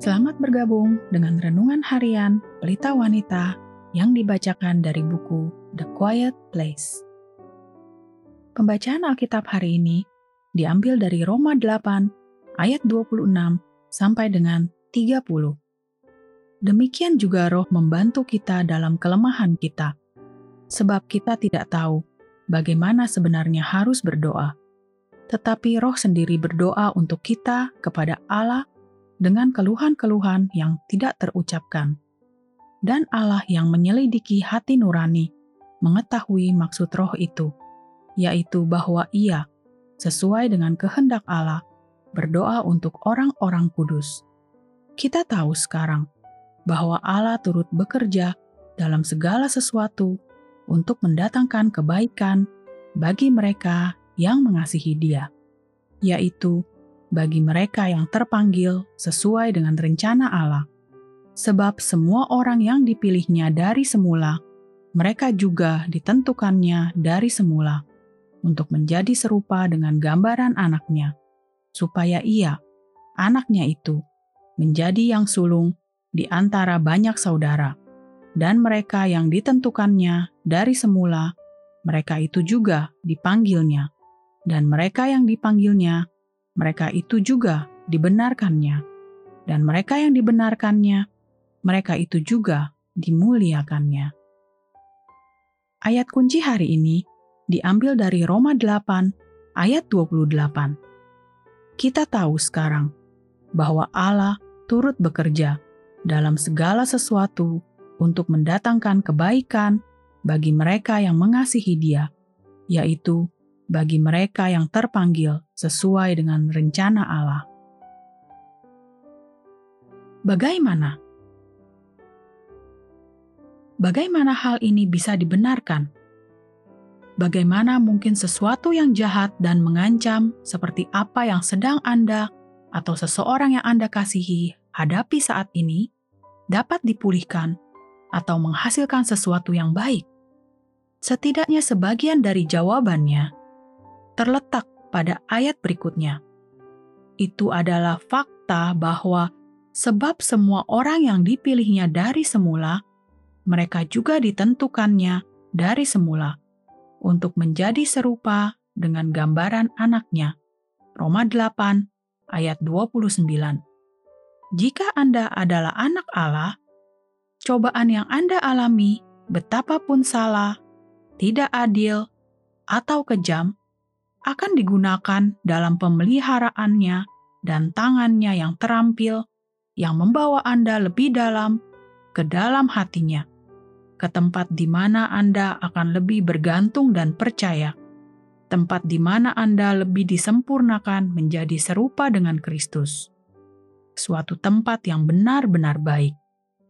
Selamat bergabung dengan Renungan Harian Pelita Wanita yang dibacakan dari buku The Quiet Place. Pembacaan Alkitab hari ini diambil dari Roma 8 ayat 26 sampai dengan 30. Demikian juga Roh membantu kita dalam kelemahan kita, sebab kita tidak tahu bagaimana sebenarnya harus berdoa. Tetapi Roh sendiri berdoa untuk kita kepada Allah dengan keluhan-keluhan yang tidak terucapkan. Dan Allah yang menyelidiki hati nurani mengetahui maksud Roh itu, yaitu bahwa Ia, sesuai dengan kehendak Allah, berdoa untuk orang-orang kudus. Kita tahu sekarang bahwa Allah turut bekerja dalam segala sesuatu untuk mendatangkan kebaikan bagi mereka yang mengasihi Dia, yaitu bagi mereka yang terpanggil sesuai dengan rencana Allah. Sebab semua orang yang dipilihnya dari semula, mereka juga ditentukannya dari semula untuk menjadi serupa dengan gambaran anaknya, supaya Ia, anaknya itu, menjadi yang sulung di antara banyak saudara. Dan mereka yang ditentukannya dari semula, mereka itu juga dipanggilnya. Dan mereka yang dipanggilnya, mereka itu juga dibenarkannya, dan mereka yang dibenarkannya, mereka itu juga dimuliakannya. Ayat kunci hari ini diambil dari Roma 8 ayat 28. Kita tahu sekarang bahwa Allah turut bekerja dalam segala sesuatu untuk mendatangkan kebaikan bagi mereka yang mengasihi Dia, yaitu bagi mereka yang terpanggil sesuai dengan rencana Allah. Bagaimana hal ini bisa dibenarkan? Bagaimana mungkin sesuatu yang jahat dan mengancam seperti apa yang sedang Anda atau seseorang yang Anda kasihi hadapi saat ini dapat dipulihkan atau menghasilkan sesuatu yang baik? Setidaknya sebagian dari jawabannya terletak pada ayat berikutnya. Itu adalah fakta bahwa sebab semua orang yang dipilihnya dari semula, mereka juga ditentukannya dari semula untuk menjadi serupa dengan gambaran anaknya. Roma 8 ayat 29. Jika Anda adalah anak Allah, cobaan yang Anda alami, betapapun salah, tidak adil, atau kejam, akan digunakan dalam pemeliharaannya dan tangannya yang terampil, yang membawa Anda lebih dalam, ke dalam hatinya, ke tempat di mana Anda akan lebih bergantung dan percaya, tempat di mana Anda lebih disempurnakan menjadi serupa dengan Kristus. Suatu tempat yang benar-benar baik.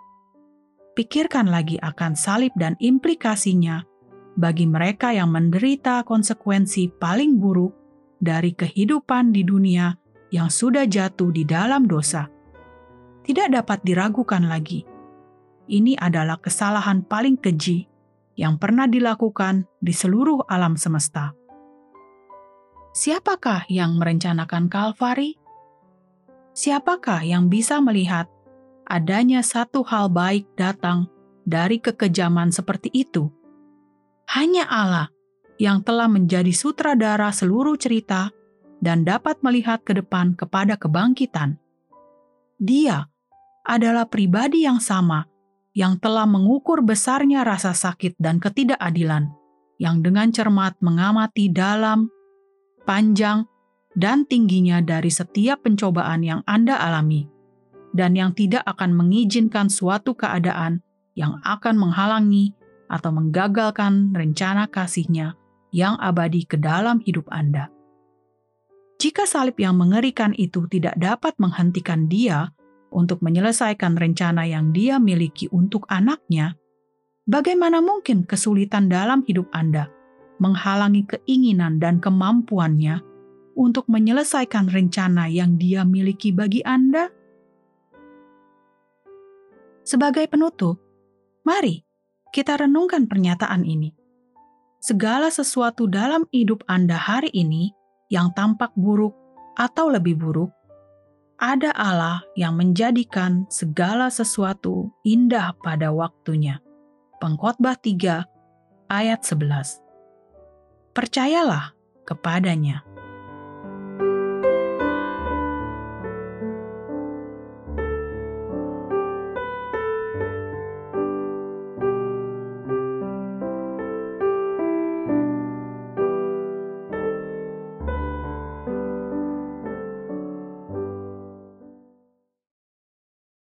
Pikirkan lagi akan salib dan implikasinya bagi mereka yang menderita konsekuensi paling buruk dari kehidupan di dunia yang sudah jatuh di dalam dosa. Tidak dapat diragukan lagi. Ini adalah kesalahan paling keji yang pernah dilakukan di seluruh alam semesta. Siapakah yang merencanakan Kalvari? Siapakah yang bisa melihat adanya satu hal baik datang dari kekejaman seperti itu? Hanya Allah yang telah menjadi sutradara seluruh cerita dan dapat melihat ke depan kepada kebangkitan. Dia adalah pribadi yang sama yang telah mengukur besarnya rasa sakit dan ketidakadilan, yang dengan cermat mengamati dalam, panjang, dan tingginya dari setiap pencobaan yang Anda alami, dan yang tidak akan mengizinkan suatu keadaan yang akan menghalangi atau menggagalkan rencana kasih-Nya yang abadi ke dalam hidup Anda. Jika salib yang mengerikan itu tidak dapat menghentikan Dia untuk menyelesaikan rencana yang Dia miliki untuk anaknya, bagaimana mungkin kesulitan dalam hidup Anda menghalangi keinginan dan kemampuannya untuk menyelesaikan rencana yang Dia miliki bagi Anda? Sebagai penutup, mari kita renungkan pernyataan ini. Segala sesuatu dalam hidup Anda hari ini yang tampak buruk atau lebih buruk, ada Allah yang menjadikan segala sesuatu indah pada waktunya. Pengkhotbah 3 ayat 11. Percayalah kepadanya.